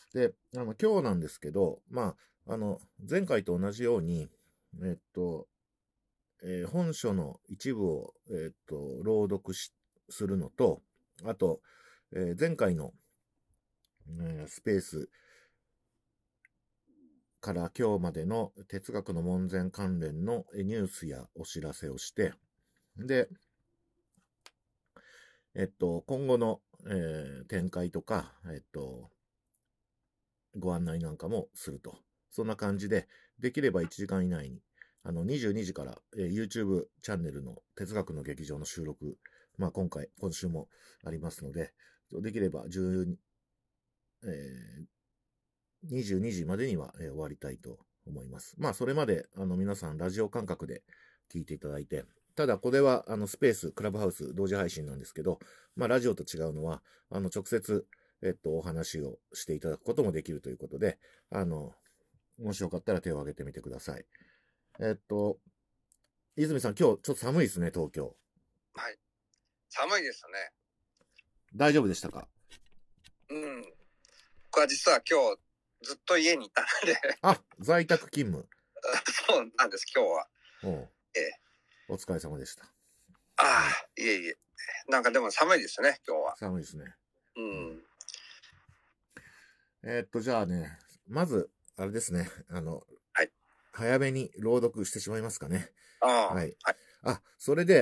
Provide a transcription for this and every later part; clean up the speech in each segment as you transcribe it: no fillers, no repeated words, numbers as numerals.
で、今日なんですけど、前回と同じように、えっと、本書の一部を、朗読するのと、あと、前回の、スペースから今日までの哲学の門前関連のニュースやお知らせをして、で、今後の、展開とか、ご案内なんかもすると。そんな感じで、できれば1時間以内に、22時から、YouTube チャンネルの哲学の劇場の収録、今週もありますので、できれば22時までには、終わりたいと思います。それまで、皆さん、ラジオ感覚で聞いていただいて、ただ、これは、スペース、クラブハウス、同時配信なんですけど、ラジオと違うのは、直接、お話をしていただくこともできるということで、もしよかったら手を挙げてみてください。えっと、泉さん、今日ちょっと寒いですね、東京。 はい。寒いですね。 大丈夫でしたか？ うん。僕は実は今日ずっと家にいたのであ、在宅勤務。 そうなんです、今日は。 お疲れ様でした。 いえいえ。なんかでも寒いですね、今日は。 寒いですね。じゃあね、まず、あれですね、 はい。 早めに朗読してしまいますかね。 はい。 それで、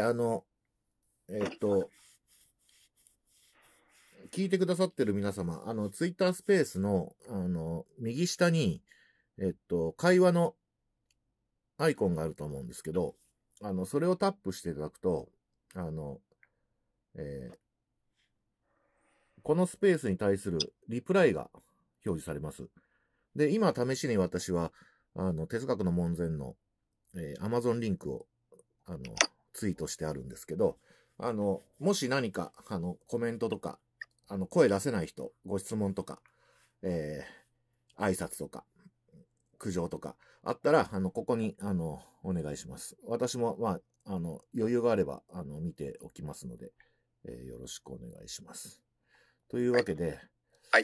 聞いてくださってる皆様、ツイッタースペースの、右下に、会話のアイコンがあると思うんですけど、それをタップしていただくと、あの、えーこのスペースに対するリプライが表示されます。で、今、試しに私は、哲学の門前の、Amazon リンクを、ツイートしてあるんですけど、もし何か、コメントとか、声出せない人、ご質問とか、挨拶とか、苦情とかあったら、ここに、お願いします。私も、余裕があれば、見ておきますので、よろしくお願いします。というわけで、 はい。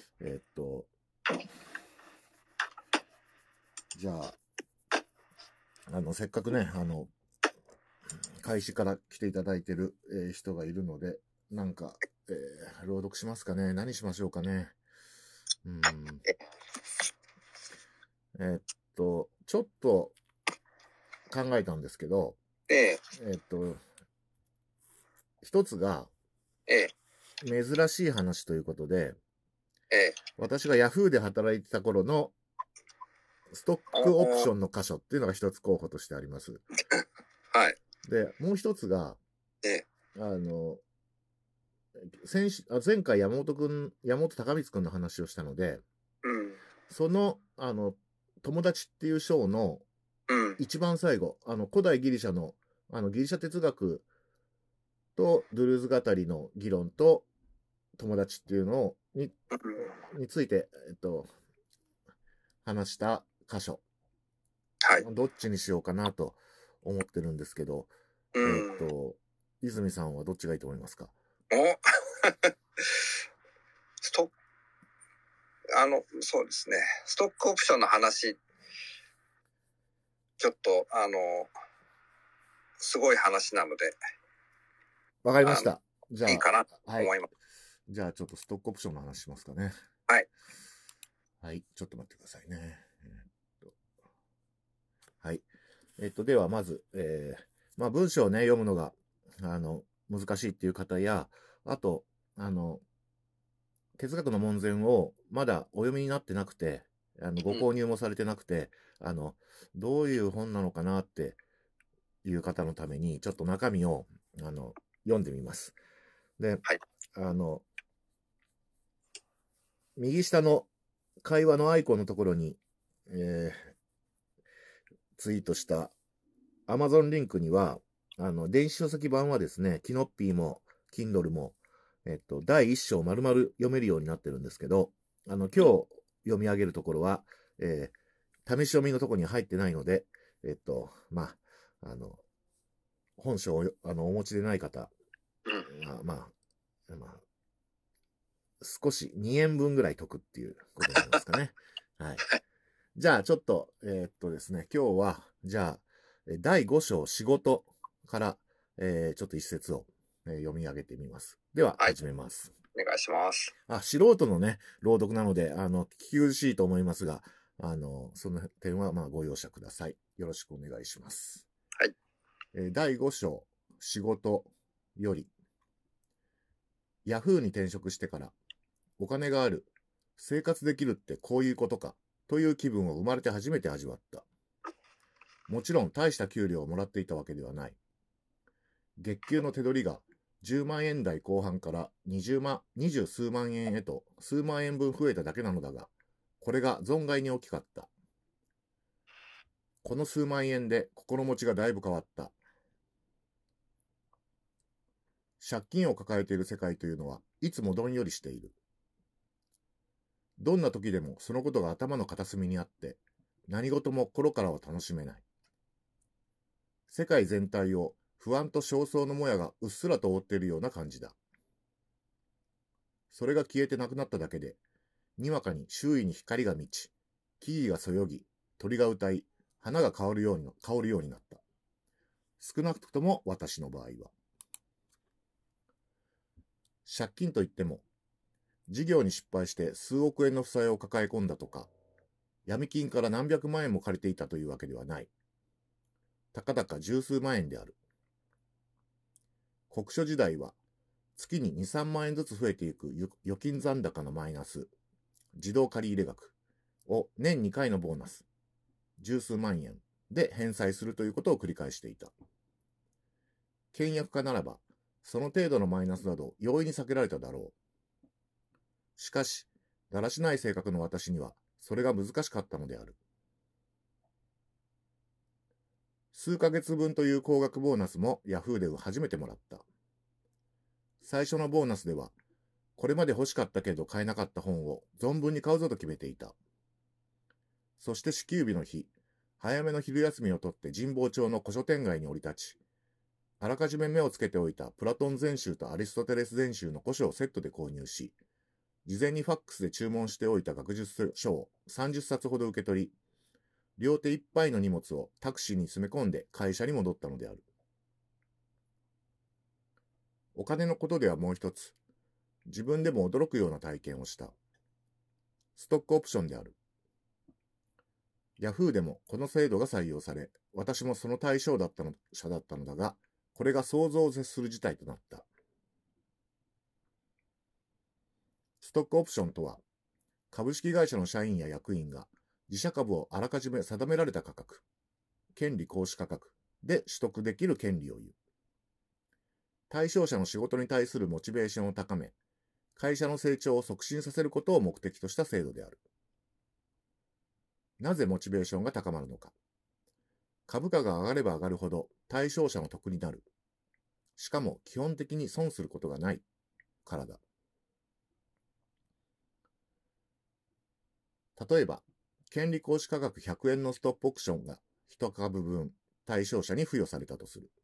じゃあ、せっかくね、開始から来ていただいてる、人がいるので、なんか、朗読しますかね。何しましょうかね。ちょっと考えたんですけど、一つが、珍しい話ということで、私が Yahoo で働いてた頃のストックオプションの箇所っていうのが一つ候補としてあります。 はい。 で、もう一つが、前回山本隆光くんの話をしたので、その、友達っていう章の一番最後、古代ギリシャの、ギリシャ哲学とドゥルーズ語りの議論と友達っていうのについて、話した箇所。 はい。 どっちにしようかなと思ってるんですけど、泉さんはどっちがいいと思いますか？ そうですね。ストックオプションの話、ちょっと、すごい話なので。 わかりました。じゃあ、 いいかなと思います。 じゃあ、ちょっとストックオプションの話しますかね。 はい。 はい、ちょっと待ってくださいね。はい。では、まず、文章をね、読むのが、難しいっていう方や、あと、哲学の門前をまだお読みになってなくて、ご購入もされてなくて、どういう本なのかなっていう方のために、ちょっと中身を、読んでみます。で、 はい。 右下の会話のアイコンのところに、ツイートした Amazon リンクには、電子書籍版はですね、キノッピーも Kindle も、第一章丸々読めるようになってるんですけど、今日読み上げるところは、試し読みのところに入ってないので、本書をお持ちでない方が、 少し2円分ぐらい得っていうことになりますかね。はい。じゃあ、ちょっと、ですね、今日は、じゃあ、第5章仕事から、ちょっと一節を、読み上げてみます。では、 はい始めます。 お願いします。 素人のね、朗読なので、聞き苦しいと思いますが、その点は、ご容赦ください。よろしくお願いします。 はい。 第5章仕事より、ヤフーに転職してから、お金がある、生活できるってこういうことか、という気分を生まれて初めて味わった。もちろん大した給料をもらっていたわけではない。月給の手取りが10万円台後半から20数万円へと数万円分増えただけなのだが、これが存外に大きかった。この数万円で心持ちがだいぶ変わった。借金を抱えている世界というのはいつもどんよりしている。どんな時でもそのことが頭の片隅にあって、何事も心からは楽しめない。世界全体を不安と焦燥のもやがうっすらと覆っているような感じだ。それが消えてなくなっただけで、にわかに周囲に光が満ち、木々がそよぎ、鳥が歌い、花が香るようになった。少なくとも私の場合は。借金といっても、事業に失敗して数億円の負債を抱え込んだとか、闇金から何百万円も借りていたというわけではない。たかだか十数万円である。国書時代は、月に2、3万円ずつ増えていく預金残高のマイナス、自動借入額を年2回のボーナス、十数万円で返済するということを繰り返していた。倹約家ならば、その程度のマイナスなど容易に避けられただろう。しかし、だらしない性格の私には、それが難しかったのである。数ヶ月分という高額ボーナスもヤフーで初めてもらった。最初のボーナスでは、これまで欲しかったけど買えなかった本を存分に買うぞと決めていた。そして支給日の日、早めの昼休みを取って神保町の古書店街に降り立ち、あらかじめ目をつけておいたプラトン全集とアリストテレス全集の古書をセットで購入し、事前にファックスで注文しておいた学術書を30冊ほど受け取り、両手いっぱいの荷物をタクシーに詰め込んで会社に戻ったのである。お金のことではもう一つ、自分でも驚くような体験をした。ストックオプションである。ヤフーでもこの制度が採用され、私もその対象者だったのだが、これが想像を絶する事態となった。ストックオプションとは、株式会社の社員や役員が自社株をあらかじめ定められた価格、権利行使価格で取得できる権利を言う。対象者の仕事に対するモチベーションを高め、会社の成長を促進させることを目的とした制度である。なぜモチベーションが高まるのか。株価が上がれば上がるほど対象者の得になる。しかも基本的に損することがないからだ。例えば、権利行使価格100円のストップオプションが1株分対象者に付与されたとする。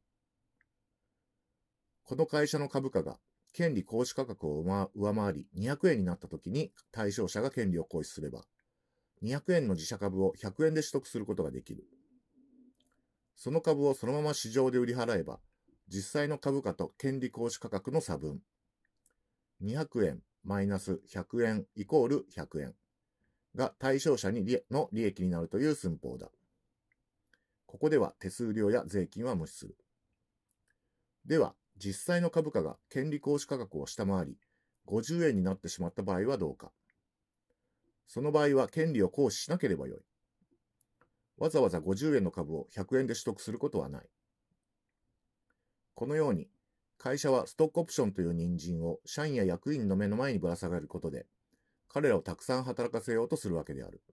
この会社の株価が権利行使価格を上回り200円になった時に対象者が権利を行使すれば、200円の自社株を100円で取得することができる。その株をそのまま市場で売り払えば、実際の株価と権利行使価格の差分、200円マイナス100円イコール100円が対象者の利益になるという寸法だ。ここでは手数料や税金は無視する。では、実際の株価が権利行使価格を下回り、50円になってしまった場合はどうか。その場合は権利を行使しなければよい。わざわざ50円の株を100円で取得することはない。このように、会社はストックオプションという人参を社員や役員の目の前にぶら下げることで、彼らをたくさん働かせようとするわけである。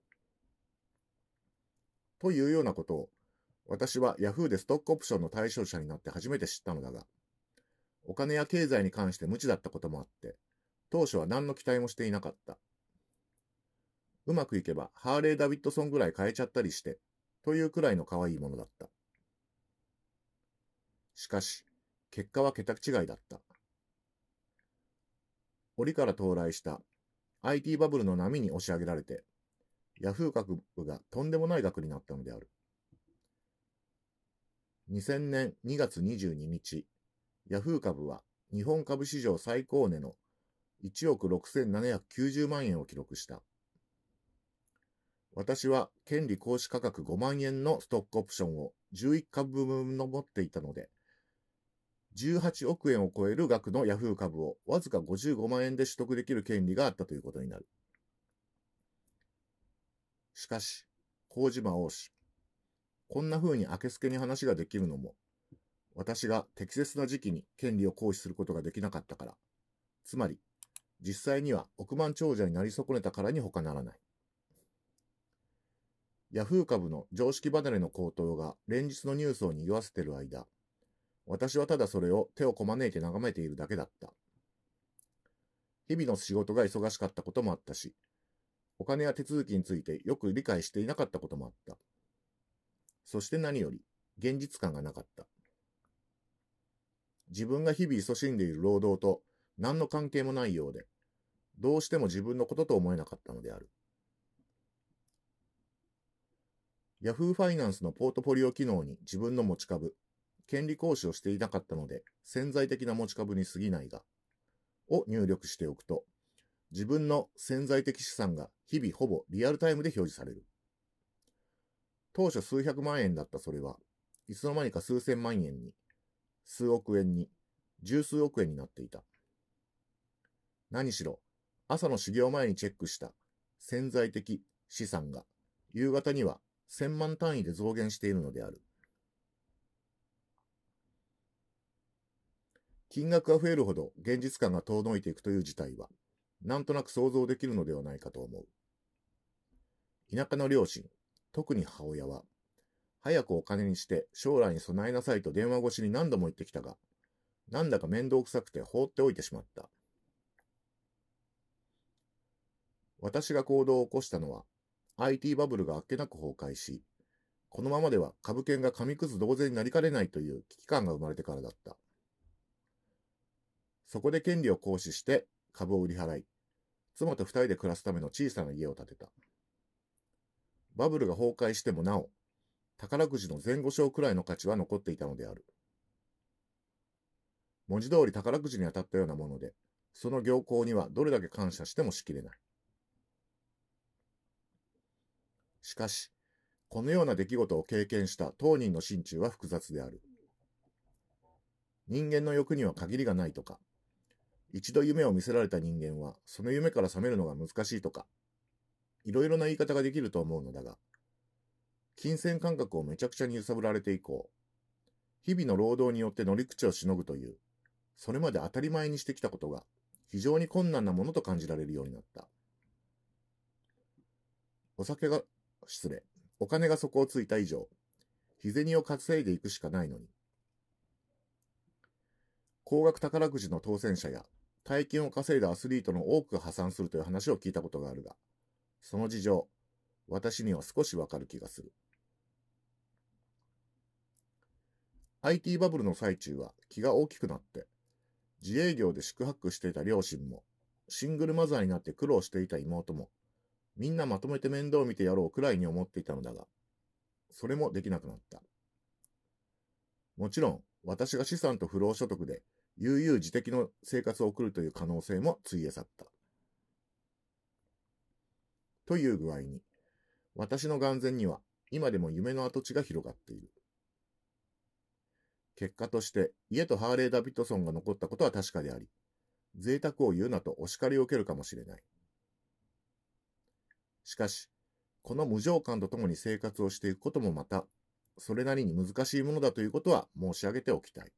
というようなことを、私は Yahoo でストックオプションの対象者になって初めて知ったのだが、お金や経済に関して無知だったこともあって、当初は何の期待もしていなかった。うまくいけばハーレー・ダビッドソンぐらい買えちゃったりして、というくらいの可愛いものだった。しかし、結果は桁違いだった。 折から到来した IT バブルの波に押し上げられて、ヤフー株がとんでもない額になったのである。2000年2月22日、ヤフー株は日本株史上最高値の1億6790万円を記録した。私は権利行使価格5万円のストックオプションを11株分の持っていたので、18億円を超える額のヤフー株をわずか55万円で取得できる権利があったということになる。しかし、麹島王子、こんな風にあけすけに話ができるのも、私が適切な時期に権利を行使することができなかったから、つまり、実際には億万長者になり損ねたからに他ならない。ヤフー株の常識離れの高騰が連日のニュースを賑わせている間、私はただそれを手をこまねいて眺めているだけだった。日々の仕事が忙しかったこともあったし、お金や手続きについてよく理解していなかったこともあった。そして何より、現実感がなかった。自分が日々勤しんでいる労働と何の関係もないようで、どうしても自分のことと思えなかったのである。ヤフーファイナンスのポートフォリオ機能に自分の持ち株、権利行使をしていなかったので潜在的な持ち株に過ぎないが、を入力しておくと、自分の潜在的資産が日々ほぼリアルタイムで表示される。当初数百万円だったそれは、いつの間にか数千万円に、数億円に、十数億円になっていた。何しろ、朝の始業前にチェックした潜在的資産が、夕方には千万単位で増減しているのである。金額が増えるほど現実感が遠のいていくという事態は、なんとなく想像できるのではないかと思う。田舎の両親、特に母親は、早くお金にして将来に備えなさいと電話越しに何度も言ってきたが、なんだか面倒くさくて放っておいてしまった。私が行動を起こしたのは、IT バブルがあっけなく崩壊し、このままでは株券が紙くず同然になりかねないという危機感が生まれてからだった。そこで権利を行使して株を売り払い、妻と二人で暮らすための小さな家を建てた。バブルが崩壊してもなお、宝くじの前後賞くらいの価値は残っていたのである。文字通り宝くじに当たったようなもので、その業行にはどれだけ感謝してもしきれない。しかし、このような出来事を経験した当人の心中は複雑である。人間の欲には限りがないとか、一度夢を見せられた人間はその夢から覚めるのが難しいとか、いろいろな言い方ができると思うのだが、金銭感覚をめちゃくちゃに揺さぶられて以降、日々の労働によって乗り口をしのぐという、それまで当たり前にしてきたことが非常に困難なものと感じられるようになった。お金が底をついた以上、日銭を稼いでいくしかないのに。高額宝くじの当選者や大金を稼いだアスリートの多くが破産するという話を聞いたことがあるが、その事情、私には少しわかる気がする。IT バブルの最中は気が大きくなって、自営業で宿泊していた両親も、シングルマザーになって苦労していた妹も、みんなまとめて面倒を見てやろうくらいに思っていたのだが、それもできなくなった。もちろん、私が資産と不労所得で悠々自適の生活を送るという可能性もついえ去った。という具合に、私の眼前には今でも夢の跡地が広がっている。結果として家とハーレー・ダビッドソンが残ったことは確かであり、贅沢を言うなとお叱りを受けるかもしれない。しかし、この無常感とともに生活をしていくこともまた、それなりに難しいものだということは申し上げておきたい。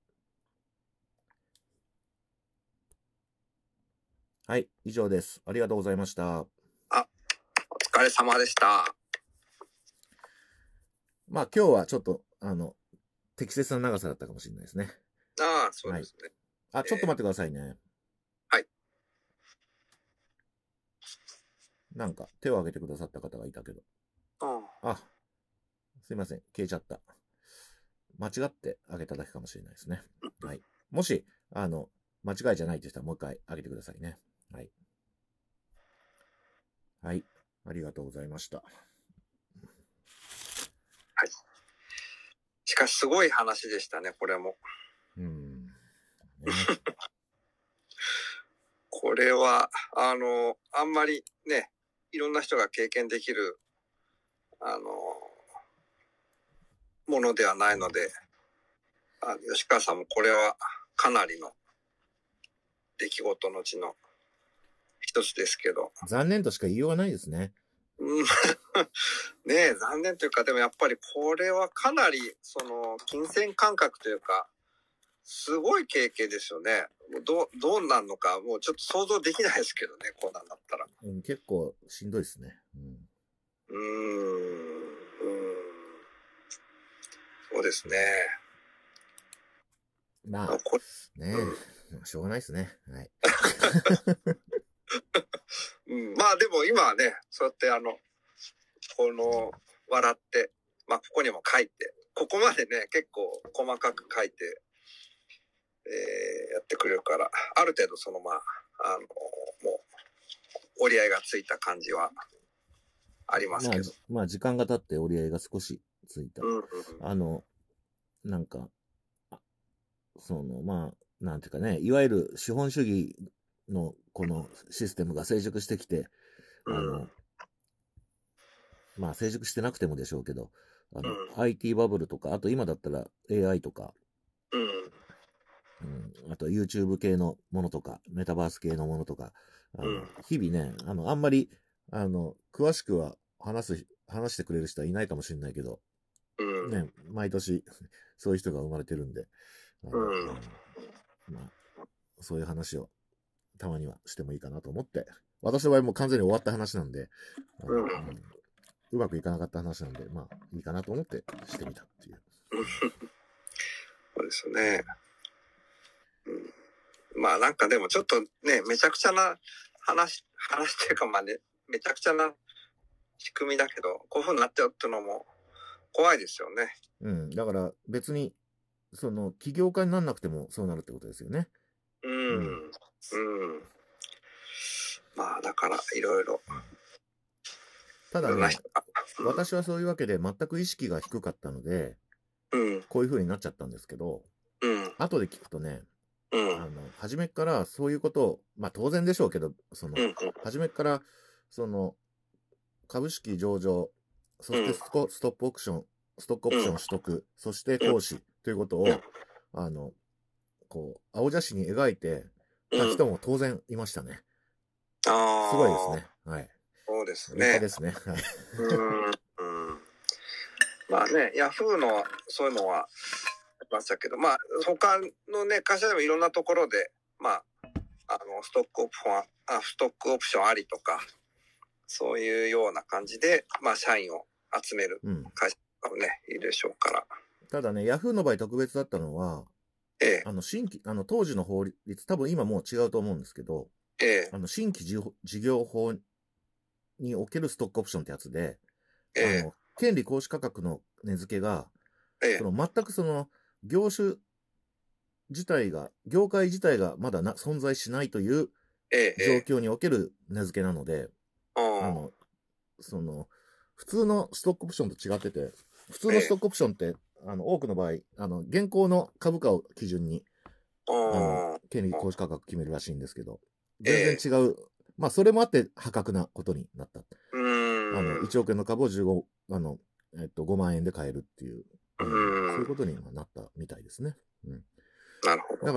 はい、以上です。ありがとうございました。 お疲れ様でした。 まあ今日はちょっと、適切な長さだったかもしれないですね。 ああ、そうですね。 ちょっと待ってくださいね。 はい。 なんか手を挙げてくださった方がいたけど。すいません。消えちゃった。間違って挙げただけかもしれないですね。はい。もし、間違いじゃないとしたらもう一回挙げてくださいね。 はい。はい。ありがとうございました。はい。 しかしすごい話でしたね、これも。ね、これは、あんまりね、いろんな人が経験できる、ものではないので、吉川さんもこれはかなりの出来事のうちの一つですけど。 残念としか言いようがないですね。 ねえ、残念というか、でもやっぱりこれはかなり、金銭感覚というか、すごい経験ですよね。もうどうなんのか、もうちょっと想像できないですけどね、こうなんだったら。 結構しんどいですね。 そうですね。 まあ、ねえ、しょうがないですね。はい。 まあでも今はね、そうやって笑って、まあここにも書いて、ここまでね、結構細かく書いて、やってくれるから、ある程度もう、折り合いがついた感じはありますけど。 まあ時間が経って折り合いが少しついた。なんか、まあ、なんていうかね、いわゆる資本主義のこのシステムが成熟してきて、まあ成熟してなくてもでしょうけど、IT バブルとか、あと今だったら AI とか、あと YouTube 系のものとか、メタバース系のものとか、日々ね、あんまり、詳しくは話してくれる人はいないかもしれないけど、ね、毎年そういう人が生まれてるんで、まあ、そういう話をたまにはしてもいいかなと思って、私の場合もう完全に終わった話なんで、うまくいかなかった話なんで、まあ、いいかなと思ってしてみたっていう。 そうですね。まあなんかでもちょっとね、めちゃくちゃな話っていうかまあね、めちゃくちゃな仕組みだけど、こういう風になっちゃうっていうのも怖いですよね。 だから別に、起業家にならなくてもそうなるってことですよね。 まあだからいろいろ。 ただね、私はそういうわけで全く意識が低かったので、こういう風になっちゃったんですけど、後で聞くとね、初めからそういうことを、まあ当然でしょうけど、初めから、株式上場、そしてストックオプション取得、そして投資ということを、青写真に描いてた人も当然いましたね。すごいですね。はい。 そうですね。 立派ですね。はい。 まあね、ヤフーのそういうのはありましたけど、まあ他のね、会社でもいろんなところで、まあ、ストックオプションありとか、そういうような感じで、まあ社員を集める会社もね、いいでしょうから。 ただね、ヤフーの場合特別だったのは、当時の法律、多分今もう違うと思うんですけど、新規事業法におけるストックオプションってやつで、権利行使価格の値付けが、全く業種自体が、業界自体がまだ存在しないという状況における値付けなので、普通のストックオプションと違ってて、普通のストックオプションって、多くの場合、現行の株価を基準に、権利行使価格決めるらしいんですけど、全然違う。まあ、それもあって破格なことになった。1億円の株を5万円で買えるっていう、そういうことになったみたいですね。 なるほど。 だから、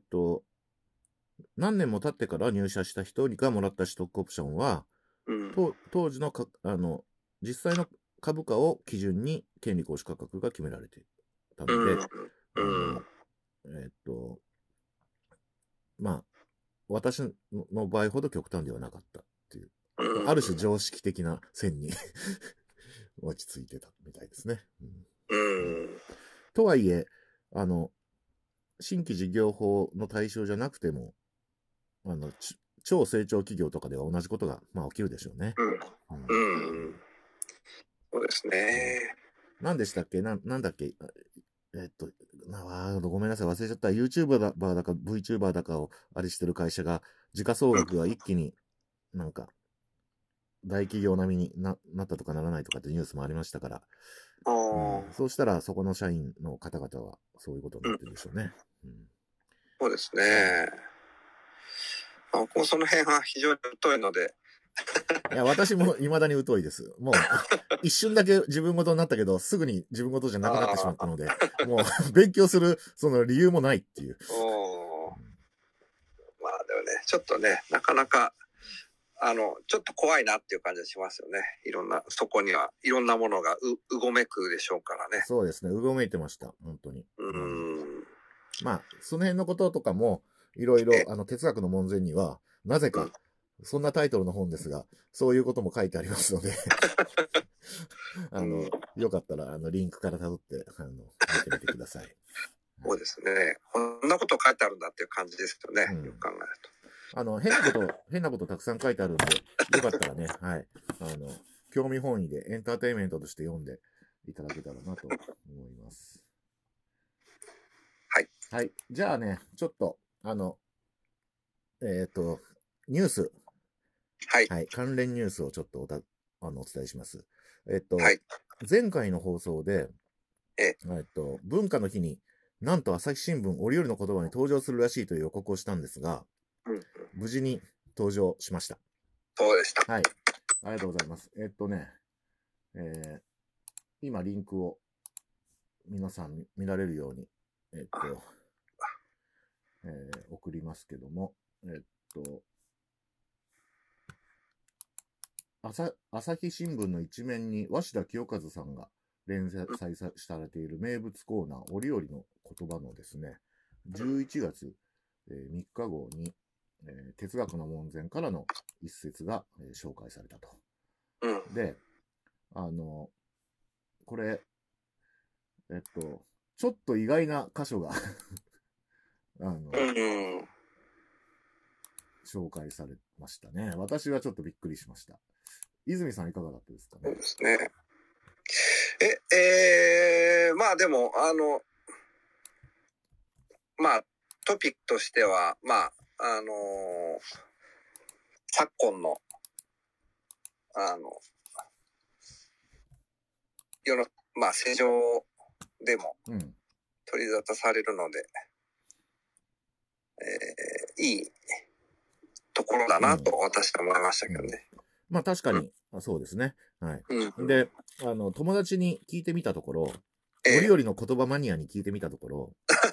何年も経ってから入社した人がもらったストックオプションは、当時の実際の株価を基準に権利行使価格が決められていたので、まあ、私の場合ほど極端ではなかったっていう、ある種常識的な線に落ち着いてたみたいですね。とはいえ、新規事業法の対象じゃなくても、超成長企業とかでは同じことが、まあ、起きるでしょうね。 そうですね。 何でしたっけなんだっけごめんなさい、忘れちゃった。YouTuber だか VTuber だかをあれしてる会社が、時価総額が一気になんか、大企業並みになったとかならないとかってニュースもありましたから、そうしたらそこの社員の方々はそういうことになってるでしょうね。 そうですね。僕もその辺は非常に疎いので。 いや、私も未だに疎いです。もう、一瞬だけ自分事になったけど、すぐに自分事じゃなくなってしまったので、もう、勉強する、その理由もないっていう。 まあでもね、ちょっとね、なかなか、ちょっと怖いなっていう感じがしますよね。そこにはいろんなものがうごめくでしょうからね。 そうですね、うごめいてました、本当に。まあ、その辺のこととかも、いろいろ、哲学の門前には、なぜか、そんなタイトルの本ですが、そういうことも書いてありますので、よかったら、リンクから辿って、見てみてください。 そうですね。こんなこと書いてあるんだっていう感じですよね。よく考えると。 変なことたくさん書いてあるんで、よかったらね、はい。興味本位でエンターテインメントとして読んでいただけたらなと思います。 はい。 はい。じゃあね、ちょっと、ニュース。 はい。 はい。関連ニュースをちょっとお伝えします。 はい。 前回の放送で、文化の日になんと朝日新聞折々の言葉に登場するらしいという予告をしたんですが、無事に登場しました。 そうでした。 はい。ありがとうございます。今リンクを皆さん見られるように、送りますけども、朝日新聞の一面に鷲田清和さんが連載されている名物コーナー、折々の言葉のですね、11月3日号に、哲学の門前からの一節が、紹介されたと。で、これ、ちょっと意外な箇所が紹介されましたね。私はちょっとびっくりしました。泉さんいかがだったですかね。 そうですね。まあでも、まあ、トピックとしては、まあ、昨今の、まあ、世情でも取り沙汰されるので、いいところだなと私は思いましたけどね。 まあ確かに、そうですね。はい。で、友達に聞いてみたところ、折々の言葉マニアに聞いてみたところ、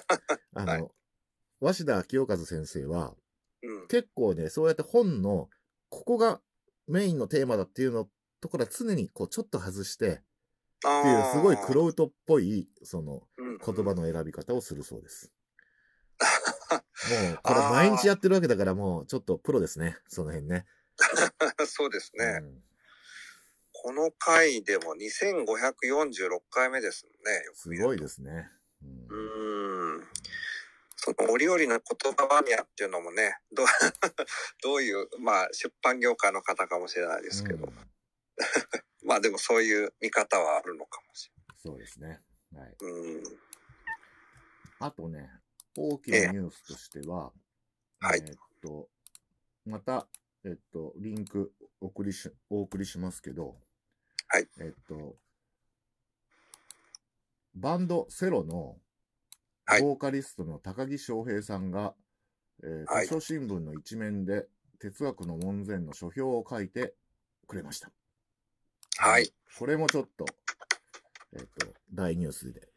鷲田清和先生は、結構ね、そうやって本の、ここがメインのテーマだっていうのところは常にこうちょっと外して、っていうすごいクロウトっぽい、その、言葉の選び方をするそうです。もう、これ毎日やってるわけだからもう、ちょっとプロですね、その辺ね。 そうですね。この回でも2546回目ですもんね。 すごいですね。 その折々の言葉マニアっていうのもね、どういう、まあ出版業界の方かもしれないですけど。まあでもそういう見方はあるのかもしれない。 そうですね。はい。あとね、大きなニュースとしては、また、リンクお送りしますけど、 はい。 バンドセロのボーカリストの高木翔平さんが、図書新聞の一面で哲学の門前の書評を書いてくれました。 はい。 これもちょっと、大ニュースで、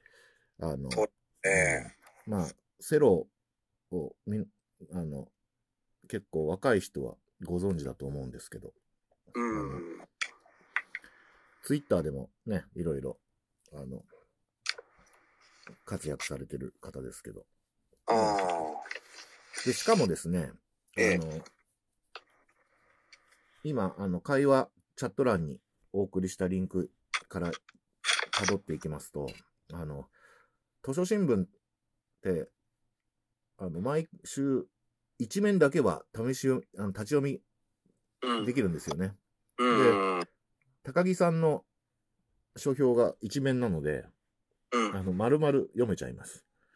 まあ、セロを結構若い人はご存知だと思うんですけど、ツイッターでもね、いろいろ、活躍されてる方ですけど。で、しかもですね、今、会話、チャット欄にお送りしたリンクから辿っていきますと、図書新聞って、毎週、一面だけは立ち読みできるんですよね。で、高木さんの書評が一面なので、丸々読めちゃいます。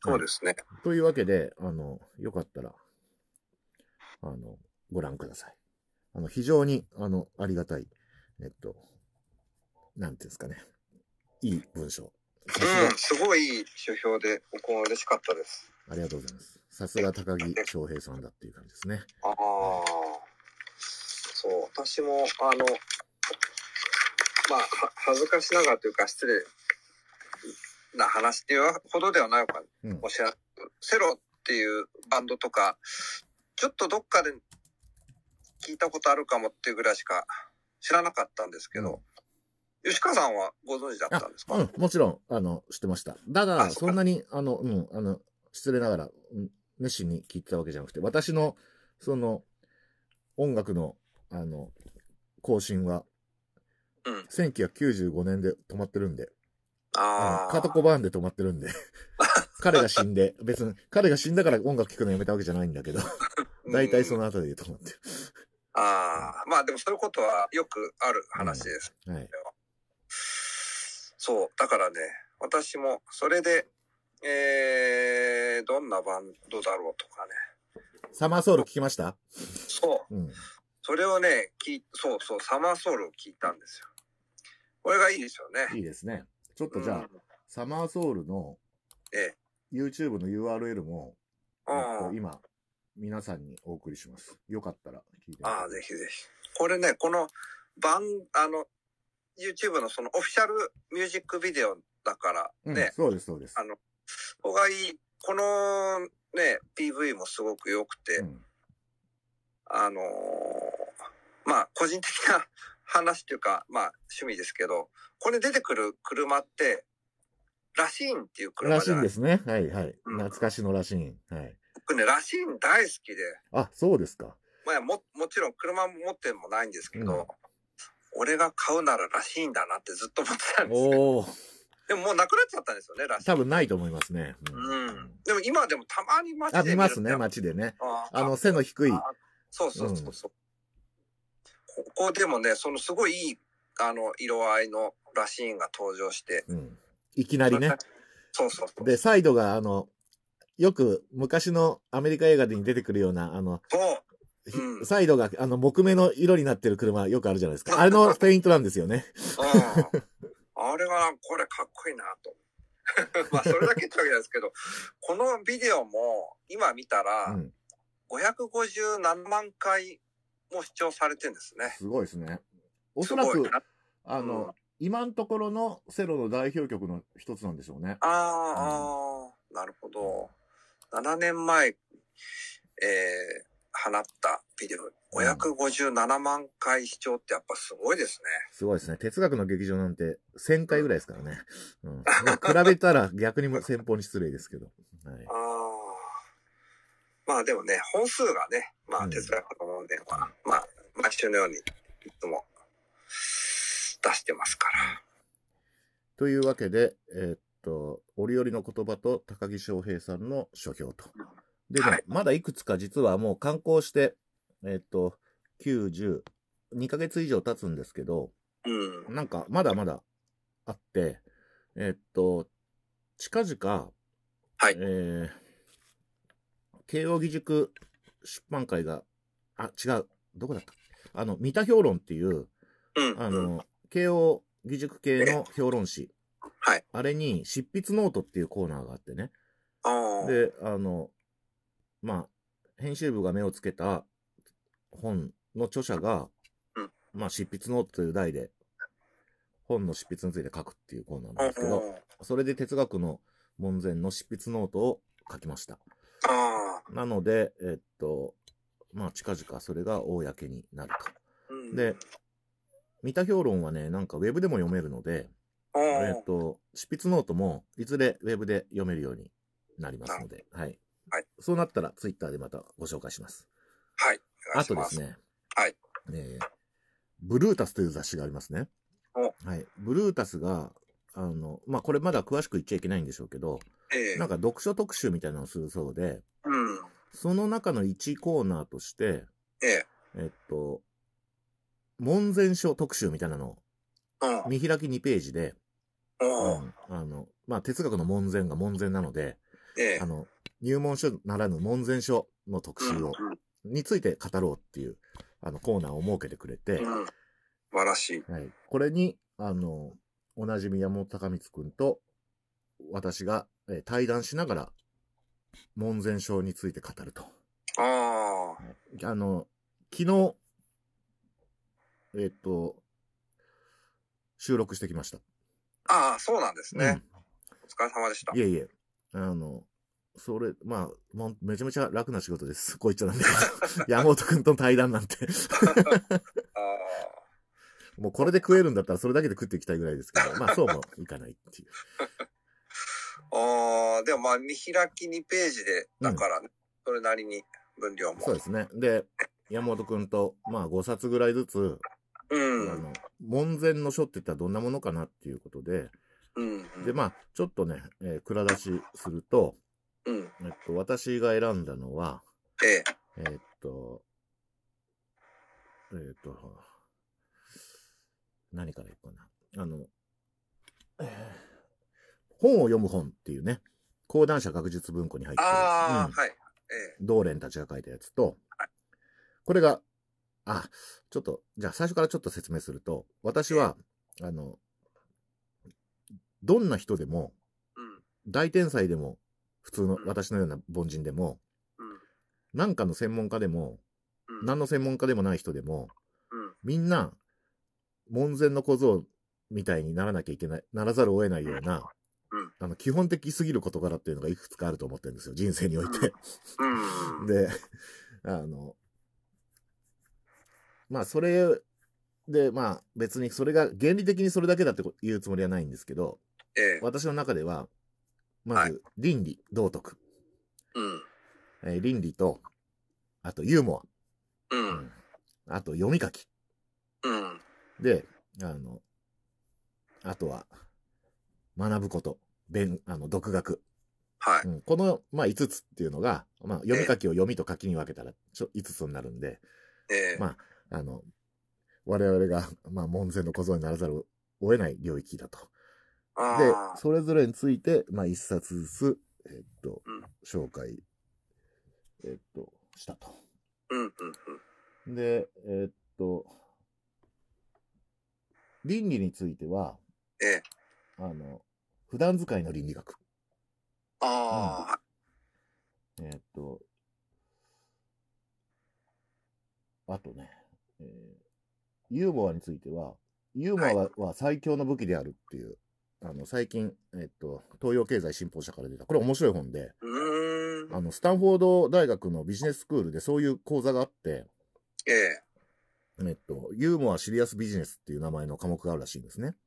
そうですね。 というわけで、よかったら、ご覧ください。非常に、ありがたい、なんていうんですかね。いい文章。 すごいいい書評で、僕も嬉しかったです。 ありがとうございます。さすが高木翔平さんだっていう感じですね。 そう、私も、まあ、恥ずかしながらというか、失礼な話っていうほどではないかもしれない。セロっていうバンドとか、ちょっとどっかで聞いたことあるかもっていうぐらいしか知らなかったんですけど、吉川さんはご存知だったんですか？ もちろん、知ってました。ただ、そんなに、失礼ながら、熱心に聞いてたわけじゃなくて、私の、音楽の、更新は、1995年で止まってるんで、カート・コバーンで止まってるんで、彼が死んで、別に、彼が死んだから音楽聴くのやめたわけじゃないんだけど、大体その後で止まってる。 まあでもそういうことはよくある話です。はい。そう、だからね、私もそれで、どんなバンドだろうとかね。 サマーソウル聞きました？ そう。それをね、そう、サマーソウルを聞いたんですよ。これがいいですよね。 いいですね。ちょっとじゃあ、サマーソウルの YouTube の URL も、今、皆さんにお送りします。よかったら聞いてみてください。 ぜひぜひ。これね、このYouTube のそのオフィシャルミュージックビデオだからね。 そうです、そうです。 ここがいい。このね、PV もすごく良くて、まあ、個人的な話っていうか、まあ、趣味ですけど、これ出てくる車って、ラシーンっていう車じゃないですね。はいはい。懐かしのラシーン。はい。 僕ね、ラシーン大好きで。 そうですか。 まあ、もちろん車も持ってもないんですけど、俺が買うならラシーンだなってずっと思ってたんですよ。でももうなくなっちゃったんですよね、ラシーン。 多分ないと思いますね。 でも今でもたまに街で見る。 見ますね、街でね。背の低い。 そう。ここでもね、そのすごいいい、色合いのラシーンが登場して。 いきなりね。 そう。 で、サイドが、よく昔のアメリカ映画に出てくるような、サイドが、木目の色になってる車よくあるじゃないですか。あれのペイントなんですよね。 あれは、これかっこいいなと。まあ、それだけってわけなんですけど、このビデオも、今見たら、557万回も視聴されてるんですね。 すごいですね。おそらく、今のところのセロの代表曲の一つなんでしょうね。 なるほど。7年前、放ったビデオ、557万回視聴ってやっぱすごいですね。 すごいですね。哲学の劇場なんて1000回ぐらいですからね。比べたら逆に先方に失礼ですけど。 まあでもね、本数がね、まあ哲学の問題は、まあ、毎週のようにいつも出してますから。 というわけで、折々の言葉と高木翔平さんの書評と。でね、まだいくつか実はもう刊行して、90、2ヶ月以上経つんですけど、なんかまだまだあって、近々、慶応義塾出版会が、違う、どこだった三田評論っていう、慶応義塾系の評論誌、あれに執筆ノートっていうコーナーがあってね。で、まあ、編集部が目をつけた本の著者が、まあ、執筆ノートという題で、本の執筆について書くっていうコーナーなんですけど、それで哲学の門前の執筆ノートを書きました。なので、まあ、近々それが公になると。で、三田評論はね、なんかウェブでも読めるので、執筆ノートもいずれウェブで読めるようになりますので、はい。そうなったらツイッターでまたご紹介します。 はい。 あとですね、ブルータスという雑誌がありますね。はい。ブルータスが、まあ、これまだ詳しく言っちゃいけないんでしょうけど、なんか読書特集みたいなのをするそうで、その中の1コーナーとして、門前書特集みたいなのを、見開き2ページで、まあ、哲学の門前が門前なので、 ええ。 入門書ならぬ門前書の特集を、について語ろうっていう、コーナーを設けてくれて、 素晴らしい。 はい。これに、おなじみ山本隆光くんと、私が、対談しながら、門前書について語ると。 ああ。 昨日、収録してきました。 ああ、そうなんですね。お疲れ様でした。 いえいえ。それ、まあ、めちゃめちゃ楽な仕事です。こう言っちゃなんだけど。山本くんとの対談なんてもうこれで食えるんだったらそれだけで食っていきたいぐらいですけど、まあそうもいかないっていう。 でもまあ見開き2ページで、だからね、それなりに分量も。 そうですね。で、山本くんと、まあ5冊ぐらいずつ、門前の書って言ったらどんなものかなっていうことで、で、まあ、ちょっとね、蔵出しすると、私が選んだのは、何からいこうかな。本を読む本っていうね、講談社学術文庫に入ってる、 はい。 道蓮たちが書いたやつと、これが、ちょっと、じゃあ最初からちょっと説明すると、私は、どんな人でも、大天才でも、普通の私のような凡人でも、何かの専門家でも、何の専門家でもない人でも、みんな、門前の小僧みたいにならなきゃいけない、ならざるを得ないような、基本的すぎる事柄っていうのがいくつかあると思ってるんですよ、人生において。で、まあ、それで、まあ、別にそれが原理的にそれだけだっていうつもりはないんですけど、私の中では、まず、倫理、道徳。倫理と、あとユーモア。あと読み書き。で、あとは、学ぶこと。独学。この、まあ、5つっていうのが、まあ、読み書きを読みと書きに分けたら、5つになるんで、まあ、我々が、まあ、門前の小僧にならざるを得ない領域だと。で、それぞれについて、まあ、1冊ずつ、紹介、したと。で、倫理については、普段使いの倫理学。あとね、ユーモアについては、ユーモアは最強の武器であるっていう、最近、東洋経済新報社から出た、これ面白い本で、スタンフォード大学のビジネススクールでそういう講座があって、ユーモアシリアスビジネスっていう名前の科目があるらしいんですね。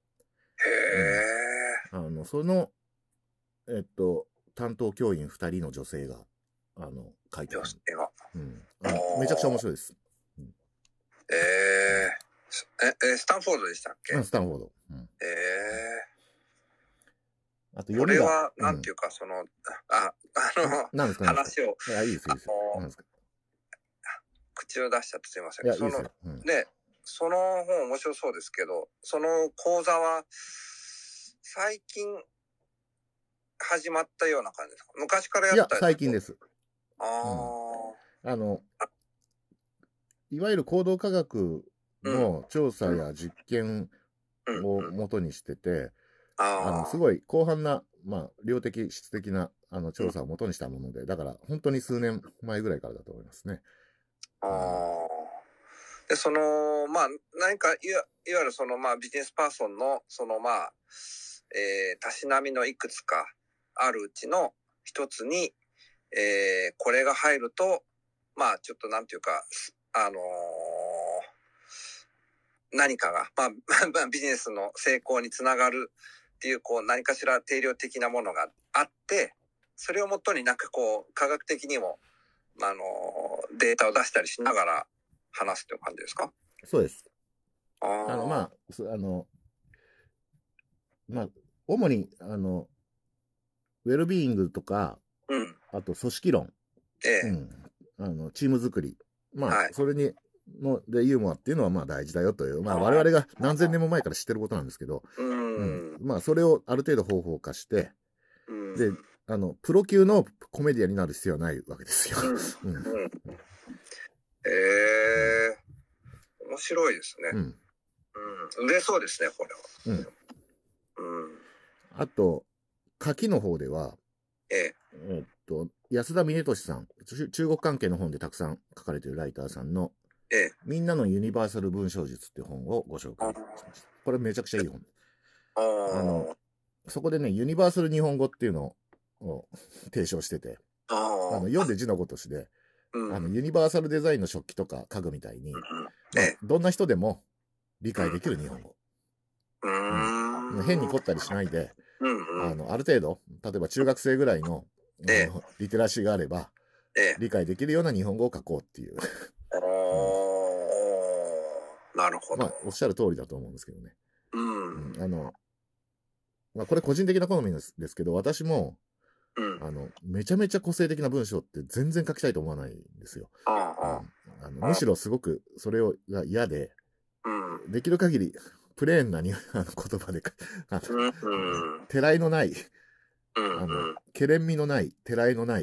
その、担当教員2人の女性が、書いてある。めちゃくちゃ面白いです。 スタンフォードでしたっけ？ スタンフォード。あとこれは、なんていうか、話を、 いいですよ。 口を出しちゃってすいません。で、その本面白そうですけど、その講座は、最近、始まったような感じですか？昔からやったやつ？ いや、最近です。いわゆる行動科学の調査や実験を元にしてて、すごい広範な、まあ、量的、質的な、調査を元にしたもので、だから、本当に数年前ぐらいからだと思いますね。 で、まあ、何か、いわゆるまあ、ビジネスパーソンの、まあ、たしなみのいくつかあるうちの一つに、これが入ると、まあ、ちょっとなんていうか、何かが、まあ、ビジネスの成功につながるっていう、何かしら定量的なものがあって、それをもとになんか科学的にも、データを出したりしながら話すという感じですか？ そうです。まあ、主に、ウェルビーイングとか、あと組織論、チーム作り、まあ、それに、で、ユーモアっていうのはまあ大事だよという、まあ我々が何千年も前から知ってることなんですけど、まあそれをある程度方法化して、で、 プロ級のコメディアンになる必要はないわけですよ。 うん。 うん。 うん。面白いですね。 うん。 うん。売れそうですね、これは。 うん。 うん。 あと、書きの方では、 え安田峰俊さん、中国関係の本でたくさん書かれているライターさんの、 え。 みんなのユニバーサル文章術っていう本をご紹介しました。これめちゃくちゃいい本。そこでね、ユニバーサル日本語っていうのを提唱してて、読んで字のごとしで、ユニバーサルデザインの食器とか家具みたいに、どんな人でも理解できる日本語。変に凝ったりしないで、ある程度、例えば中学生ぐらいの、リテラシーがあれば、理解できるような日本語を書こうっていう。 なるほど。 まあ、おっしゃる通りだと思うんですけどね。これ個人的な好みですけど、私も、めちゃめちゃ個性的な文章って全然書きたいと思わないんですよ。むしろすごくそれが嫌で、できる限りプレーンな言葉で、てらいのない、けれんみのない、てらいのない、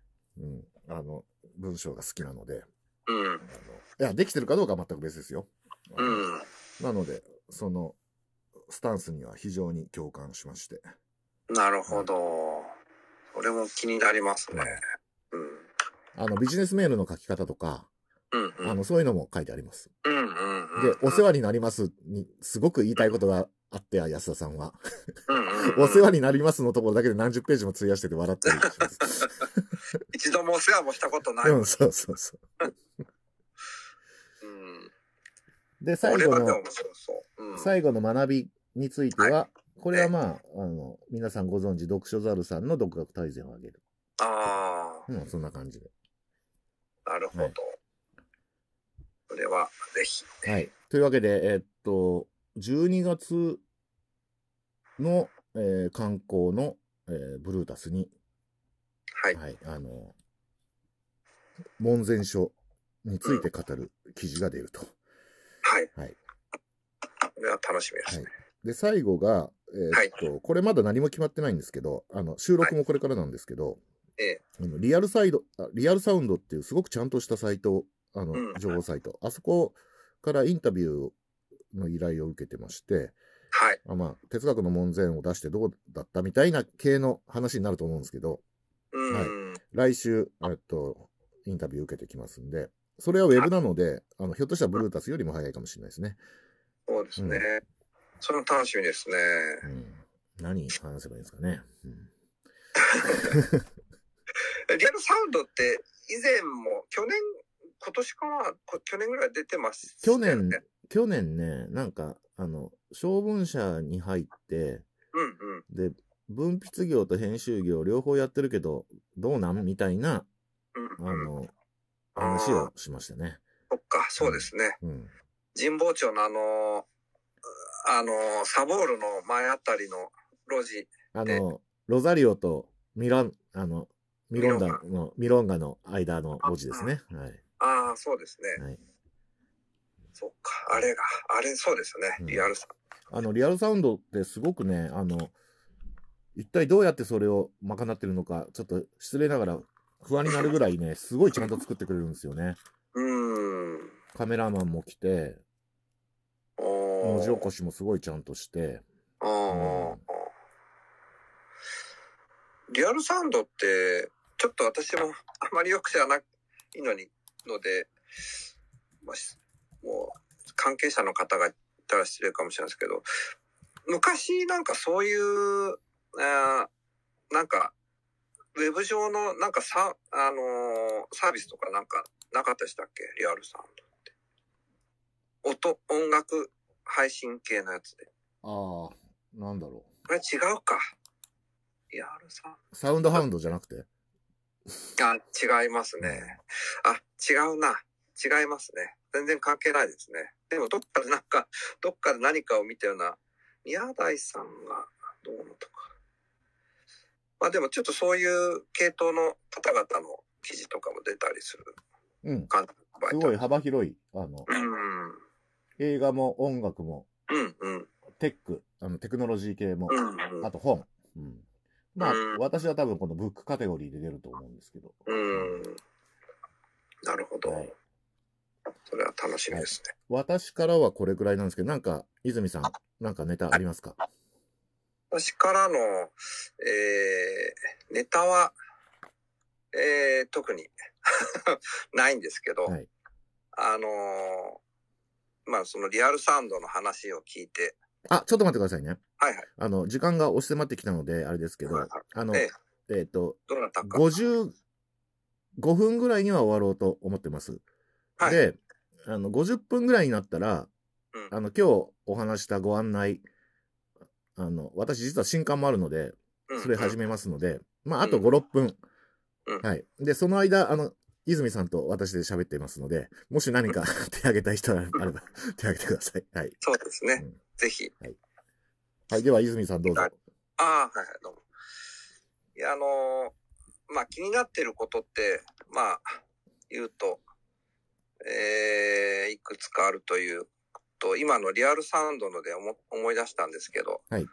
文章が好きなので、いや、できてるかどうかは全く別ですよ。なので、そのスタンスには非常に共感しまして。 なるほど。それも気になりますね。 ビジネスメールの書き方とか、そういうのも書いてあります。で、お世話になりますに、すごく言いたいことがあって、安田さんは。お世話になりますのところだけで何十ページも費やしてて笑ったりします。 一度もお世話もしたことない。 そうそうそう。で、最後の学びについては、これはまあ、皆さんご存知、読書ザルさんの独学大全をあげる。そんな感じで。 なるほど。それは、ぜひ。 はい。というわけで、12月の、観光の、ブルータスに、門前書について語る記事が出ると。 はい。これは楽しみですね。 で、最後が、これまだ何も決まってないんですけど、収録もこれからなんですけど、リアルサウンドっていうすごくちゃんとしたサイト、情報サイト、あそこからインタビューの依頼を受けてまして、哲学の門前を出してどうだったみたいな系の話になると思うんですけど、来週、インタビュー受けてきますんで、それはウェブなので、ひょっとしたらブルータスよりも早いかもしれないですね。 そうですね。それも楽しみですね。 何話せばいいんですかね。 リアルサウンドって以前も今年かな、去年ぐらい出てます、 ね。去年ね、なんか、小文社に入って、で、文筆業と編集業両方やってるけど、どうなんみたいな、話をしましたね。 そっか、そうですね。神保町のサボールの前あたりの路地。 ロザリオとミロンガの間の路地ですね。 そうですね。そっか、そうですね。リアルサウンド。 リアルサウンドってすごくね、一体どうやってそれを賄ってるのか、ちょっと失礼ながら不安になるぐらいね、すごいちゃんと作ってくれるんですよね。カメラマンも来て、文字起こしもすごいちゃんとして。 リアルサウンドって、ちょっと私もあまりよく知らないので、もう関係者の方がいたら失礼かもしれないですけど、昔なんかそういう、なんか、ウェブ上のなんかサービスとかなんかなかったでしたっけ？リアルサウンドって。音楽配信系のやつで。 なんだろう。 これ違うか。リアルサウンドハウンドじゃなくて？ 違いますね。違うな。違いますね。全然関係ないですね。でもどっかで何かを見たような、宮台さんがどうのとか。でもちょっとそういう系統の方々の記事とかも出たりする感じ。 すごい幅広い。映画も音楽も、テクノロジー系も、あと本。 まあ、私は多分このブックカテゴリーで出ると思うんですけど。 なるほど。 はい。 それは楽しみですね。 私からはこれくらいなんですけど、なんか、泉さん、なんかネタありますか？ 私からの、ネタは、特にないんですけど、 はい。 まあ、そのリアルサウンドの話を聞いて。 あ、ちょっと待ってくださいね。 はいはい。 時間が押し迫ってきたので、あれですけど、 どなたか。 55分ぐらいには終わろうと思ってます。 はい。 で、50分ぐらいになったら、今日お話したご案内、私実は新刊もあるので、それ始めますので、まあ、あと5、6分。はい。で、その間、泉さんと私で喋っていますので、もし何か手挙げたい人があれば、手挙げてください。はい。 そうですね。ぜひ。 はい。はい。では、泉さんどうぞ。 はいはい、どうも。いや、まあ、気になってることって、まあ、言うと、いくつかあるというと、今のリアルサウンドので思い出したんですけど、 はい。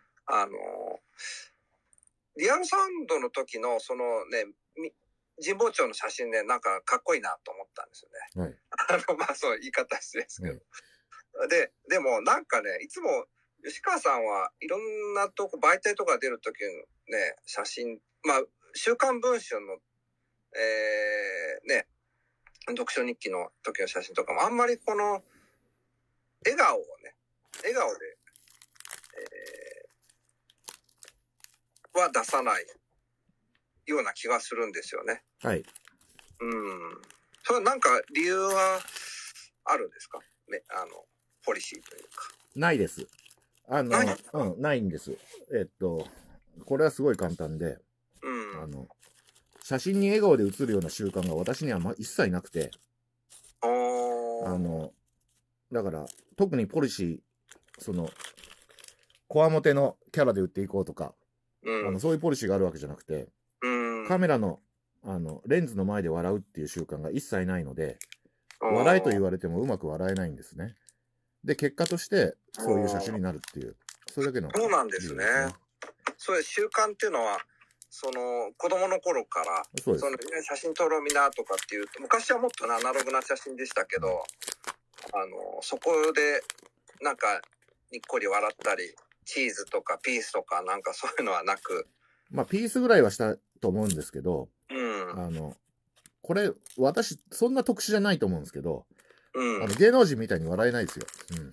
リアルサウンドの時の、そのね、神保町の写真ね、なんかかっこいいなと思ったんですよね。はい。まあ、そう言い方失礼ですけど。はい、でもなんかね、いつも吉川さんはいろんなとこ、媒体とか出る時のね、写真、まあ、週刊文春の、ね、読書日記の時の写真とかもあんまりこの、笑顔で、は出さないような気がするんですよね。 はい。 それはなんか理由はあるんですかね、ポリシーというか。 ないです。ないんです。これはすごい簡単で、写真に笑顔で写るような習慣が私には一切なくて、だから、特にポリシー、こわもてのキャラで売っていこうとか、そういうポリシーがあるわけじゃなくて、カメラの、レンズの前で笑うっていう習慣が一切ないので、笑えと言われてもうまく笑えないんですね。で、結果として、そういう写真になるっていう、それだけの、 そうなんですね。そういう習慣っていうのは、子供の頃から、写真撮ろうみなとかっていうと、昔はもっとアナログな写真でしたけど、そこで、なんか、にっこり笑ったり、チーズとかピースとかなんかそういうのはなく。 まあ、ピースぐらいはしたと思うんですけど、これ、私、そんな特殊じゃないと思うんですけど、芸能人みたいに笑えないですよ。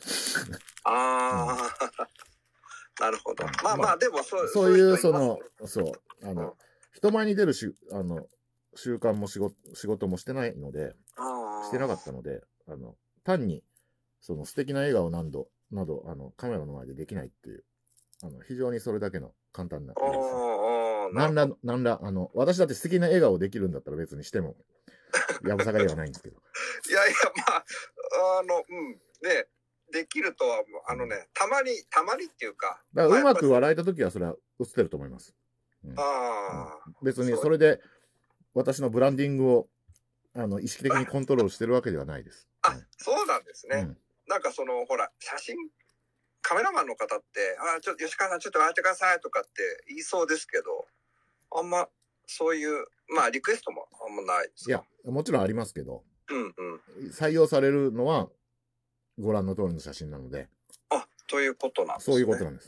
なるほど。まあ、でもそういう、人前に出る習慣も仕事もしてないので、してなかったので、単に、素敵な笑顔など、カメラの前でできないっていう、非常にそれだけの簡単な。なんら、私だって素敵な笑顔できるんだったら別にしても、やぶさかではないんですけど。 いや、まあ、ね、できるとは、たまにっていうか。 だからうまく笑えたときはそれは映ってると思います。別にそれで、私のブランディングを、意識的にコントロールしてるわけではないです。 そうなんですね。なんかほら、カメラマンの方って、ちょっと吉川さんちょっと笑ってくださいとかって言いそうですけど、あんま、そういう、まあ、リクエストもあんまないですか？ いや、もちろんありますけど、採用されるのは、ご覧の通りの写真なので。 ということなんですね。 そういうことなんです。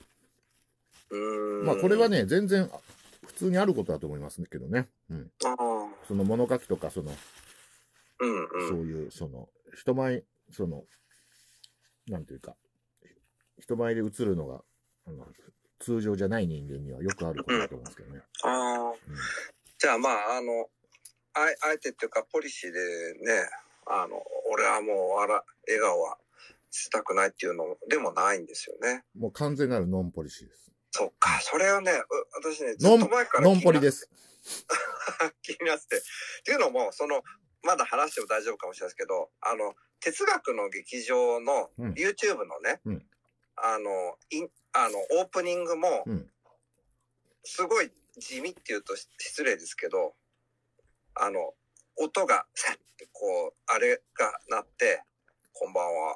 まあ、これはね、全然、普通にあることだと思いますけどね。その物書きとか、そういう、人前、なんていうか、人前で映るのが、通常じゃない人間にはよくあることだと思うんですけどね。 じゃあまあ、あえてっていうか、ポリシーでね、俺はもう笑顔はしたくないっていうのでもないんですよね。 もう完全なるノンポリシーです。 そっか、それはね、私ね、ずっと前からノンポリです。 気になって。っていうのも、まだ話しても大丈夫かもしれないですけど、哲学の劇場の YouTube のね、オープニングも、すごい地味っていうと失礼ですけど、音が、さってこう、あれが鳴って、こんばんは。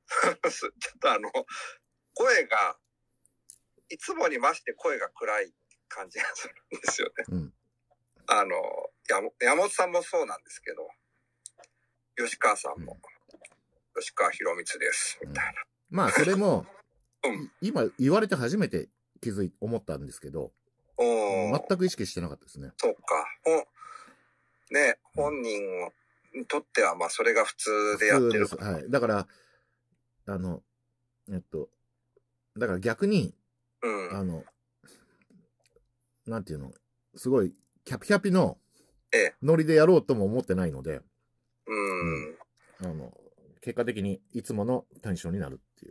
ちょっと声が、いつもに増して声が暗いって感じがするんですよね。 うん。 山本さんもそうなんですけど、吉川さんも、吉川博光です、みたいな。 まあ、それも、 うん。 今言われて初めて思ったんですけど、全く意識してなかったですね。 そうか。本人にとっては、まあ、それが普通でやってる。 普通です。はい。だから、だから逆に、なんていうの、すごい、キャピキャピのノリでやろうとも思ってないので、結果的にいつものテンションになるっていう。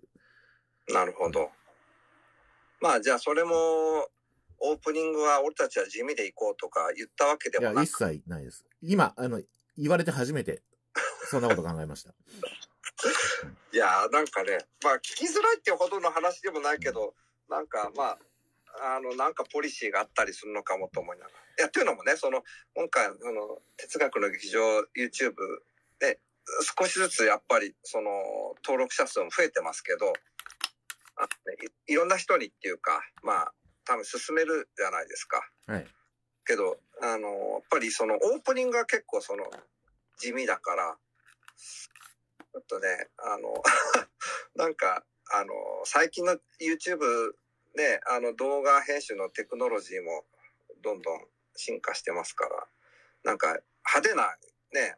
なるほど。まあ、じゃあ、それも、オープニングは俺たちは地味で行こうとか言ったわけでもなく。 いや、一切ないです。今、言われて初めて、そんなこと考えました。 いやー、なんかね、まあ、聞きづらいってほどの話でもないけど、なんか、まあ、なんかポリシーがあったりするのかもと思いながら。いや、というのもね、今回、哲学の劇場 YouTube で、少しずつやっぱり、登録者数も増えてますけど、いろんな人にっていうか、まあ、多分進めるじゃないですか。 はい。 けど、やっぱりオープニングが結構地味だから、ちょっとね、なんか、最近の YouTube ね、動画編集のテクノロジーもどんどん進化してますから、なんか派手なね、